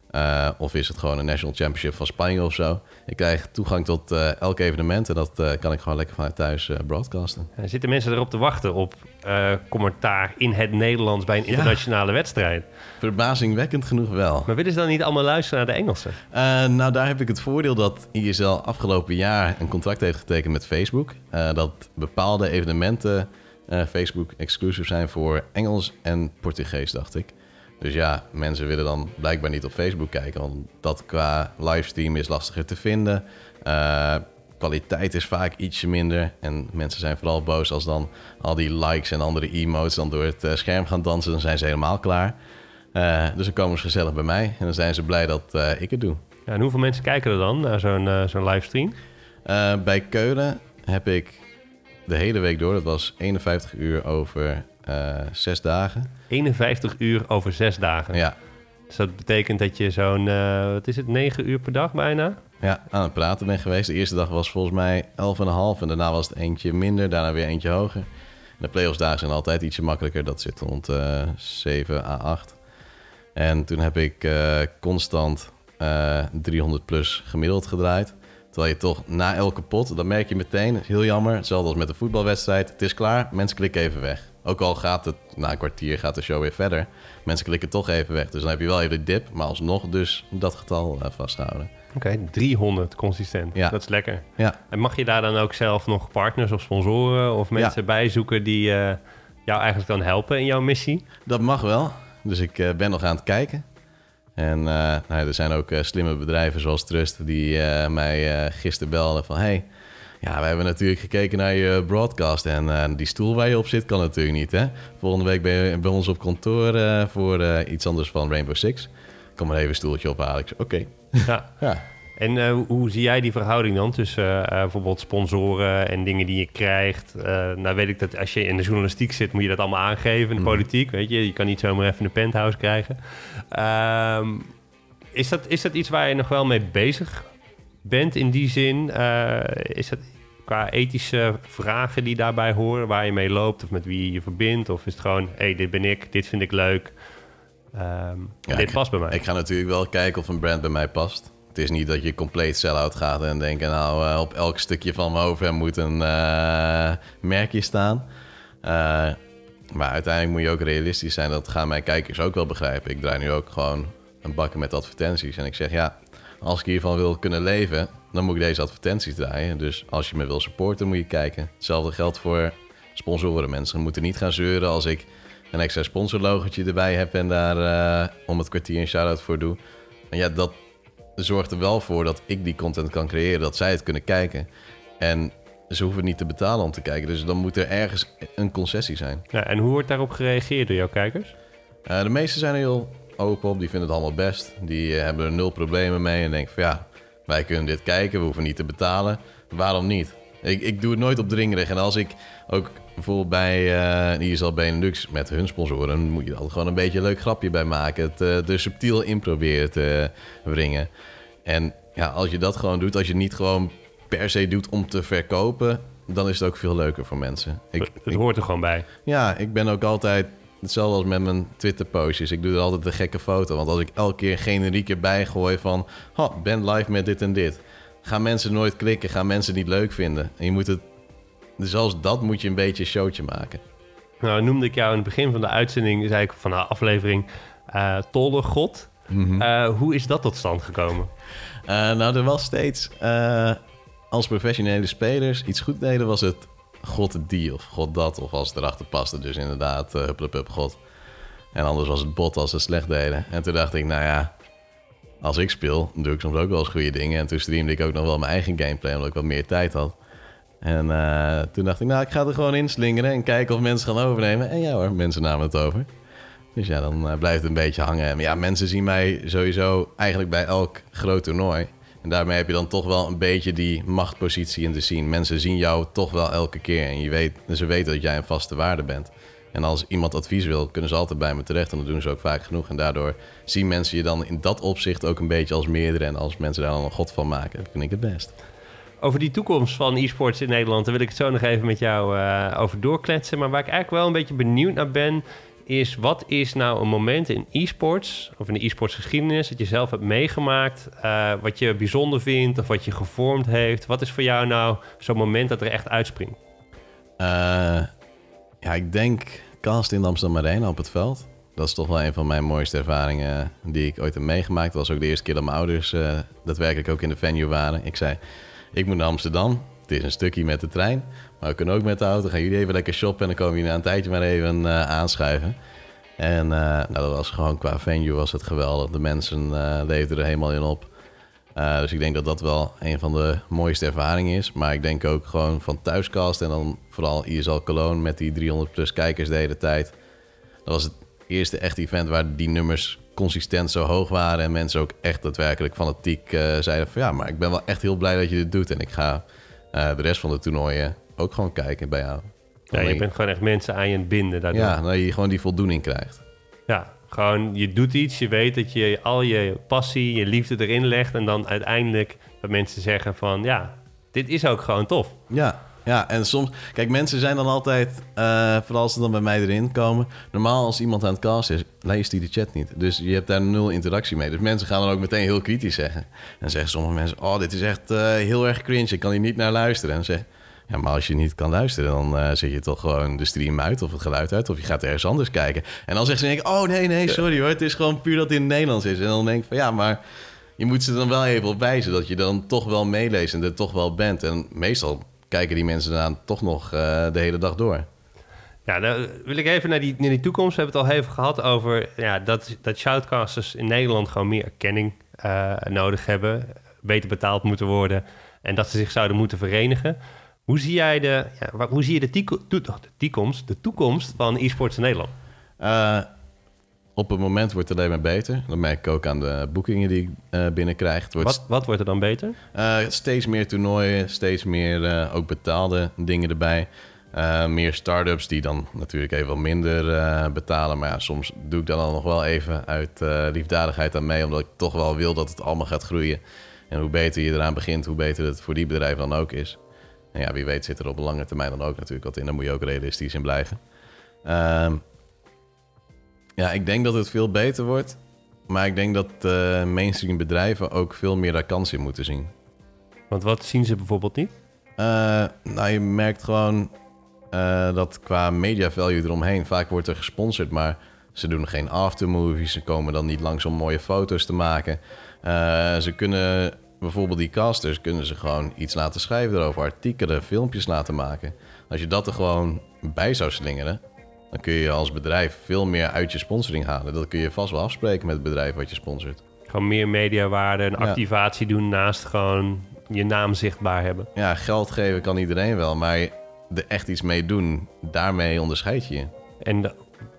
Of is het gewoon een National Championship van Spanje of zo. Ik krijg toegang tot elk evenement en dat kan ik gewoon lekker vanuit thuis broadcasten. Zitten mensen erop te wachten op commentaar in het Nederlands bij een internationale wedstrijd? Verbazingwekkend genoeg wel. Maar willen ze dan niet allemaal luisteren naar de Engelsen? Nou, daar heb ik het voordeel dat ISL afgelopen jaar een contract heeft getekend met Facebook. Dat bepaalde evenementen Facebook exclusief zijn voor Engels en Portugees, dacht ik. Dus ja, mensen willen dan blijkbaar niet op Facebook kijken, want dat qua livestream is lastiger te vinden. Kwaliteit is vaak ietsje minder en mensen zijn vooral boos als dan al die likes en andere emotes dan door het scherm gaan dansen. Dan zijn ze helemaal klaar. Dus dan komen ze gezellig bij mij en dan zijn ze blij dat ik het doe. Ja, en hoeveel mensen kijken er dan naar zo'n livestream? Bij Keulen heb ik de hele week door, dat was 51 uur over 6 dagen. 51 uur over 6 dagen? Ja. Dus dat betekent dat je zo'n, 9 uur per dag bijna? Ja, aan het praten ben geweest. De eerste dag was volgens mij 11,5 en daarna was het eentje minder, daarna weer eentje hoger. De play-offs dagen zijn altijd ietsje makkelijker, dat zit rond 7 à 8. En toen heb ik constant 300 plus gemiddeld gedraaid. Terwijl je toch na elke pot, dat merk je meteen, heel jammer, hetzelfde als met een voetbalwedstrijd. Het is klaar, mensen klikken even weg. Ook al gaat het na een kwartier gaat de show weer verder. Mensen klikken toch even weg. Dus dan heb je wel even de dip, maar alsnog dus dat getal vasthouden. Oké, 300 consistent. Ja. Dat is lekker. Ja. En mag je daar dan ook zelf nog partners of sponsoren of mensen bij zoeken die jou eigenlijk dan helpen in jouw missie? Dat mag wel. Dus ik ben nog aan het kijken. En er zijn ook slimme bedrijven zoals Trust die mij gisteren belden van... Hey, ja, we hebben natuurlijk gekeken naar je broadcast en die stoel waar je op zit kan natuurlijk niet, hè? Volgende week ben je bij ons op kantoor voor iets anders van Rainbow Six. Kom maar even een stoeltje ophalen. Ik zei, oké. Ja. Ja. En hoe zie jij die verhouding dan tussen bijvoorbeeld sponsoren en dingen die je krijgt? Nou weet ik dat als je in de journalistiek zit, moet je dat allemaal aangeven. In de politiek, weet je. Je kan niet zomaar even een penthouse krijgen. Is dat iets waar je nog wel mee bezig bent in die zin? Is dat qua ethische vragen die daarbij horen, waar je mee loopt of met wie je je verbindt? Of is het gewoon, hey, dit ben ik, dit vind ik leuk, dit past bij mij? Ik ga natuurlijk wel kijken of een brand bij mij past. Het is niet dat je compleet sell-out gaat en denken... nou, op elk stukje van mijn overhemd moet een merkje staan. Maar uiteindelijk moet je ook realistisch zijn. Dat gaan mijn kijkers ook wel begrijpen. Ik draai nu ook gewoon een bakken met advertenties. En ik zeg, ja, als ik hiervan wil kunnen leven... dan moet ik deze advertenties draaien. Dus als je me wil supporten, moet je kijken. Hetzelfde geldt voor sponsoren. Mensen moeten niet gaan zeuren als ik een extra sponsorlogotje erbij heb... en daar om het kwartier een shout-out voor doe. En ja, dat zorgt er wel voor dat ik die content kan creëren, dat zij het kunnen kijken. En ze hoeven niet te betalen om te kijken. Dus dan moet er ergens een concessie zijn. Ja, en hoe wordt daarop gereageerd door jouw kijkers? De meesten zijn er heel open op. Die vinden het allemaal best. Die hebben er 0 problemen mee en denken van ja, wij kunnen dit kijken. We hoeven niet te betalen. Waarom niet? Ik doe het nooit op dringerig. En als ik ook bijvoorbeeld bij ISL Benelux met hun sponsoren... moet je er gewoon een beetje een leuk grapje bij maken. Het er subtiel in proberen te wringen. En ja, als je dat gewoon doet, als je het niet gewoon per se doet om te verkopen... dan is het ook veel leuker voor mensen. Het hoort er gewoon bij. Ja, ik ben ook altijd hetzelfde als met mijn Twitter-postjes. Ik doe er altijd een gekke foto. Want als ik elke keer generiek erbij gooi van... ben live met dit en dit... gaan mensen nooit klikken, gaan mensen niet leuk vinden. En je moet het... Dus zelfs dat moet je een beetje een showtje maken. Nou, noemde ik jou in het begin van de uitzending... zei ik van de aflevering... Toldergod. Mm-hmm. Hoe is dat tot stand gekomen? Nou, er was steeds... als professionele spelers iets goed deden... was het God die of God dat. Of als het erachter paste, dus inderdaad... hup, God. En anders was het bot als ze slecht deden. En toen dacht ik, nou ja... als ik speel, doe ik soms ook wel eens goede dingen. En toen streamde ik ook nog wel mijn eigen gameplay... omdat ik wat meer tijd had. En toen dacht ik, nou, ik ga er gewoon inslingeren... en kijken of mensen gaan overnemen. En ja hoor, mensen namen het over. Dus ja, dan blijft het een beetje hangen. En ja, mensen zien mij sowieso eigenlijk bij elk groot toernooi. En daarmee heb je dan toch wel een beetje die machtpositie in de scene. Mensen zien jou toch wel elke keer. En ze weten dat jij een vaste waarde bent. En als iemand advies wil, kunnen ze altijd bij me terecht. En dat doen ze ook vaak genoeg. En daardoor zien mensen je dan in dat opzicht ook een beetje als meerdere. En als mensen daar dan een god van maken, vind ik het best. Over die toekomst van e-sports in Nederland... daar wil ik het zo nog even met jou over doorkletsen. Maar waar ik eigenlijk wel een beetje benieuwd naar ben... is, wat is nou een moment in e-sports... of in de e-sports geschiedenis dat je zelf hebt meegemaakt... wat je bijzonder vindt of wat je gevormd heeft? Wat is voor jou nou zo'n moment dat er echt uitspringt? Ik denk cast in de Amsterdam Arena op het veld. Dat is toch wel een van mijn mooiste ervaringen die ik ooit heb meegemaakt. Dat was ook de eerste keer dat mijn ouders daadwerkelijk ook in de venue waren. Ik zei, ik moet naar Amsterdam. Het is een stukje met de trein, maar we kunnen ook met de auto. Gaan jullie even lekker shoppen en dan komen jullie na een tijdje maar even aanschuiven. En dat was gewoon qua venue was het geweldig. De mensen leefden er helemaal in op. Dus ik denk dat dat wel een van de mooiste ervaringen is. Maar ik denk ook gewoon van thuiscast en dan vooral ISL Cologne met die 300 plus kijkers de hele tijd. Dat was het eerste echt event waar die nummers consistent zo hoog waren. En mensen ook echt daadwerkelijk fanatiek zeiden van ja, maar ik ben wel echt heel blij dat je dit doet. En ik ga de rest van de toernooien ook gewoon kijken bij jou. Ja, je bent gewoon echt mensen aan je het binden daardoor. Ja, dat je gewoon die voldoening krijgt. Ja, gewoon je doet iets, je weet dat je al je passie, je liefde erin legt... en dan uiteindelijk dat mensen zeggen van ja, dit is ook gewoon tof. Ja, en soms... Kijk, mensen zijn dan altijd, vooral als ze dan bij mij erin komen... Normaal als iemand aan het casten is, leest die de chat niet. Dus je hebt daar 0 interactie mee. Dus mensen gaan dan ook meteen heel kritisch zeggen. En dan zeggen sommige mensen, oh, dit is echt heel erg cringe. Ik kan hier niet naar luisteren. En dan zeg ja, maar als je niet kan luisteren... dan zet je toch gewoon de stream uit of het geluid uit... of je gaat ergens anders kijken. En dan zeggen ze, oh nee, sorry hoor... het is gewoon puur dat het in het Nederlands is. En dan denk ik van, ja, maar... je moet ze dan wel even op wijzen... dat je dan toch wel meeleest en er toch wel bent. En meestal kijken die mensen dan toch nog de hele dag door. Ja, dan wil ik even naar die toekomst. We hebben het al even gehad over... ja, dat shoutcasters in Nederland gewoon meer erkenning nodig hebben... beter betaald moeten worden... en dat ze zich zouden moeten verenigen... Hoe zie jij de toekomst van e-sports in Nederland? Op het moment wordt het alleen maar beter. Dat merk ik ook aan de boekingen die ik binnenkrijg. Wat wordt er dan beter? Steeds meer toernooien, steeds meer ook betaalde dingen erbij. Meer start-ups die dan natuurlijk even wat minder betalen. Maar ja, soms doe ik daar dan nog wel even uit liefdadigheid aan mee. Omdat ik toch wel wil dat het allemaal gaat groeien. En hoe beter je eraan begint, hoe beter het voor die bedrijven dan ook is. En ja, wie weet zit er op een lange termijn dan ook natuurlijk wat in. Daar moet je ook realistisch in blijven. Ja, ik denk dat het veel beter wordt. Maar ik denk dat mainstream bedrijven ook veel meer daar kans in moeten zien. Want wat zien ze bijvoorbeeld niet? Je merkt gewoon dat qua media value eromheen... vaak wordt er gesponsord, maar ze doen geen aftermovies. Ze komen dan niet langs om mooie foto's te maken. Ze kunnen... Bijvoorbeeld die casters kunnen ze gewoon iets laten schrijven erover, artikelen, filmpjes laten maken. Als je dat er gewoon bij zou slingeren, dan kun je als bedrijf veel meer uit je sponsoring halen. Dat kun je vast wel afspreken met het bedrijf wat je sponsort. Gewoon meer mediawaarde, een activatie doen naast gewoon je naam zichtbaar hebben. Ja, geld geven kan iedereen wel, maar er echt iets mee doen, daarmee onderscheid je je. En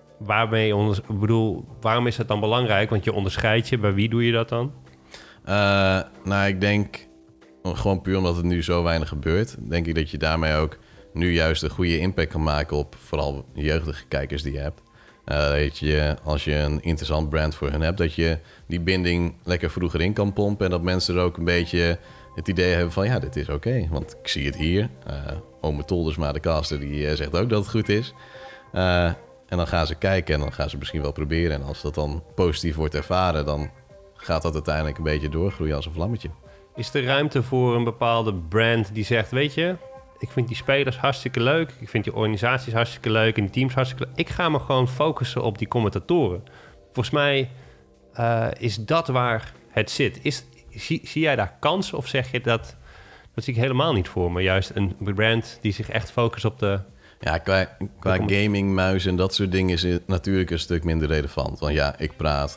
waarom is dat dan belangrijk? Want je onderscheidt je, bij wie doe je dat dan? Ik denk gewoon puur omdat het nu zo weinig gebeurt, denk ik dat je daarmee ook nu juist een goede impact kan maken op vooral jeugdige kijkers die je hebt. Dat je, als je een interessant brand voor hen hebt, dat je die binding lekker vroeger in kan pompen en dat mensen er ook een beetje het idee hebben van ja, dit is oké, want ik zie het hier. Ome Toldersma, de caster, die zegt ook dat het goed is. En dan gaan ze kijken en dan gaan ze misschien wel proberen. En als dat dan positief wordt ervaren, dan gaat dat uiteindelijk een beetje doorgroeien als een vlammetje. Is er ruimte voor een bepaalde brand die zegt, weet je, ik vind die spelers hartstikke leuk, ik vind die organisaties hartstikke leuk en die teams hartstikke leuk. Ik ga me gewoon focussen op die commentatoren. Volgens mij is dat waar het zit. Zie jij daar kans of zeg je dat zie ik helemaal niet voor me? Juist een brand die zich echt focust op de... Ja, qua gaming, muis en dat soort dingen is het natuurlijk een stuk minder relevant. Want ja, ik praat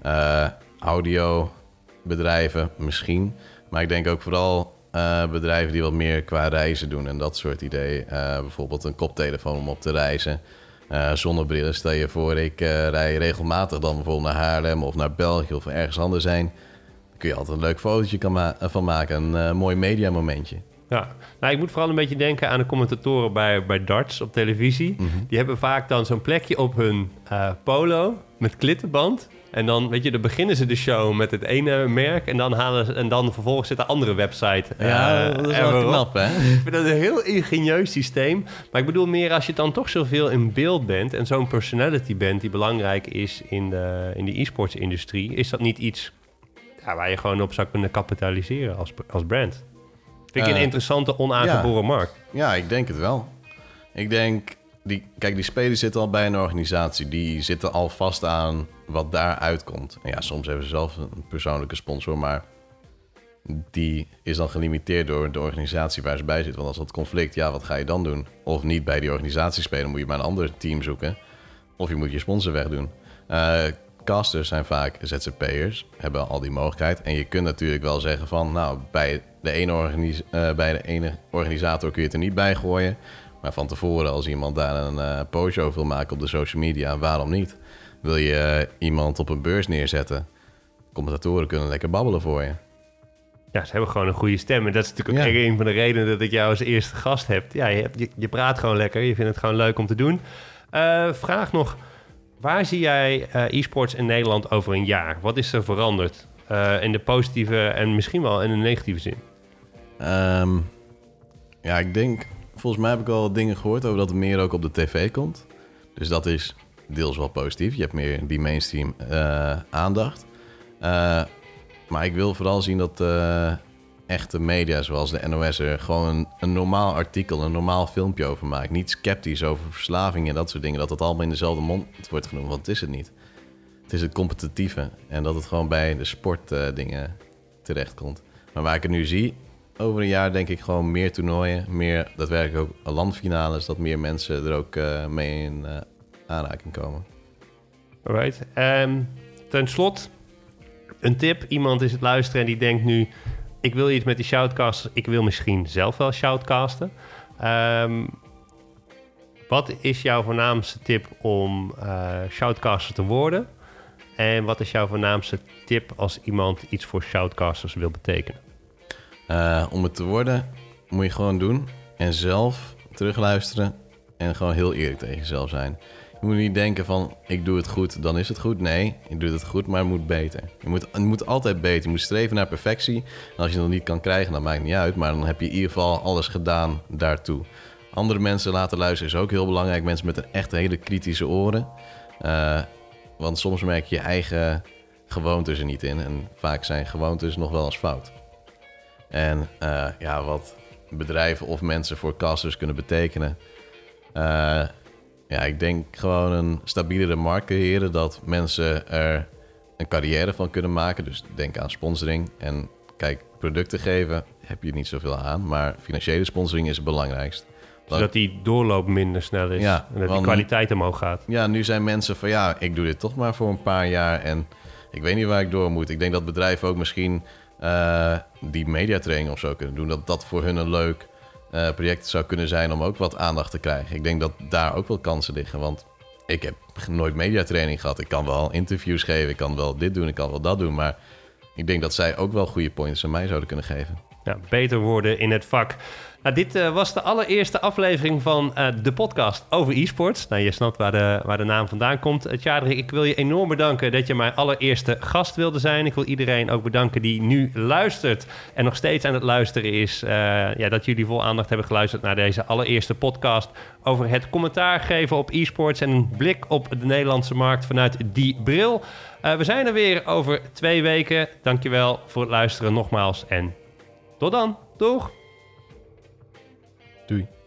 audiobedrijven misschien. Maar ik denk ook vooral bedrijven die wat meer qua reizen doen en dat soort ideeën. Bijvoorbeeld een koptelefoon om op te reizen. Zonnebrillen, stel je voor, ik rij regelmatig dan bijvoorbeeld naar Haarlem of naar België of ergens anders zijn. Dan kun je altijd een leuk fotootje van maken, een mooi mediamomentje. Ja, nou, ik moet vooral een beetje denken aan de commentatoren bij darts op televisie. Mm-hmm. Die hebben vaak dan zo'n plekje op hun polo met klittenband. En dan, weet je, dan beginnen ze de show met het ene merk en dan vervolgens zit de andere website. Dat is wel knap, hè? Ik vind dat een heel ingenieus systeem. Maar ik bedoel meer als je dan toch zoveel in beeld bent en zo'n personality bent die belangrijk is in de e-sports industrie, is dat niet iets waar je gewoon op zou kunnen kapitaliseren als brand? Vind ik een interessante, onaangeboren markt. Ja, ik denk het wel. Ik denk, die spelers zitten al bij een organisatie. Die zitten al vast aan wat daar uitkomt. En ja, soms hebben ze zelf een persoonlijke sponsor, maar die is dan gelimiteerd door de organisatie waar ze bij zitten. Want als dat conflict, wat ga je dan doen? Of niet bij die organisatie spelen, moet je bij een ander team zoeken. Of je moet je sponsor wegdoen. Casters zijn vaak ZZP'ers, hebben al die mogelijkheid. En je kunt natuurlijk wel zeggen van, nou, bij de ene organisator kun je het er niet bij gooien. Maar van tevoren, als iemand daar een post over wil maken op de social media, waarom niet? Wil je iemand op een beurs neerzetten? Commentatoren kunnen lekker babbelen voor je. Ja, ze hebben gewoon een goede stem. En dat is natuurlijk ook een van de redenen dat ik jou als eerste gast heb. Ja, je praat gewoon lekker. Je vindt het gewoon leuk om te doen. Vraag nog, waar zie jij e-sports in Nederland over een jaar? Wat is er veranderd? In de positieve en misschien wel in de negatieve zin? Ik denk, volgens mij heb ik al wat dingen gehoord over dat er meer ook op de tv komt. Dus dat is deels wel positief. Je hebt meer die mainstream aandacht. Maar ik wil vooral zien dat echte media zoals de NOS er gewoon een normaal artikel, een normaal filmpje over maakt. Niet sceptisch over verslaving en dat soort dingen. Dat het allemaal in dezelfde mond wordt genoemd, want het is het niet. Het is het competitieve en dat het gewoon bij de sportdingen terechtkomt. Maar waar ik het nu zie, over een jaar denk ik gewoon meer toernooien, meer daadwerkelijk ook landfinales, dat meer mensen er ook mee in aanraking komen. Alright. Ten slot, een tip. Iemand is het luisteren en die denkt nu, ik wil iets met die shoutcasters. Ik wil misschien zelf wel shoutcasten. Wat is jouw voornaamste tip om shoutcaster te worden? En wat is jouw voornaamste tip als iemand iets voor shoutcasters wil betekenen? Om het te worden moet je gewoon doen en zelf terugluisteren en gewoon heel eerlijk tegen jezelf zijn. Je moet niet denken van, ik doe het goed, dan is het goed. Nee, je doet het goed, maar het moet beter. Je moet altijd beter. Je moet streven naar perfectie. En als je dat niet kan krijgen, dan maakt het niet uit. Maar dan heb je in ieder geval alles gedaan daartoe. Andere mensen laten luisteren is ook heel belangrijk. Mensen met een echt hele kritische oren. Want soms merk je eigen gewoontes er niet in. En vaak zijn gewoontes nog wel eens fout. En wat bedrijven of mensen voor casters kunnen betekenen. Ik denk gewoon een stabielere markt creëren, dat mensen er een carrière van kunnen maken. Dus denk aan sponsoring. En kijk, producten geven heb je niet zoveel aan, maar financiële sponsoring is het belangrijkst. Zodat die doorloop minder snel is en dat die kwaliteit omhoog gaat. Ja, nu zijn mensen van ik doe dit toch maar voor een paar jaar en ik weet niet waar ik door moet. Ik denk dat bedrijven ook misschien die mediatraining of zo kunnen doen. Dat dat voor hun een leuk project zou kunnen zijn om ook wat aandacht te krijgen. Ik denk dat daar ook wel kansen liggen, want ik heb nooit mediatraining gehad. Ik kan wel interviews geven, ik kan wel dit doen, ik kan wel dat doen, maar ik denk dat zij ook wel goede pointers aan mij zouden kunnen geven. Ja, beter worden in het vak. Nou, dit was de allereerste aflevering van de podcast over e-sports. Nou, je snapt waar de naam vandaan komt. Tjadrik, ik wil je enorm bedanken dat je mijn allereerste gast wilde zijn. Ik wil iedereen ook bedanken die nu luistert en nog steeds aan het luisteren is. Dat jullie vol aandacht hebben geluisterd naar deze allereerste podcast over het commentaar geven op e-sports en een blik op de Nederlandse markt vanuit die bril. We zijn er weer over 2 weken. Dankjewel voor het luisteren nogmaals en tot dan. Doeg! Doei.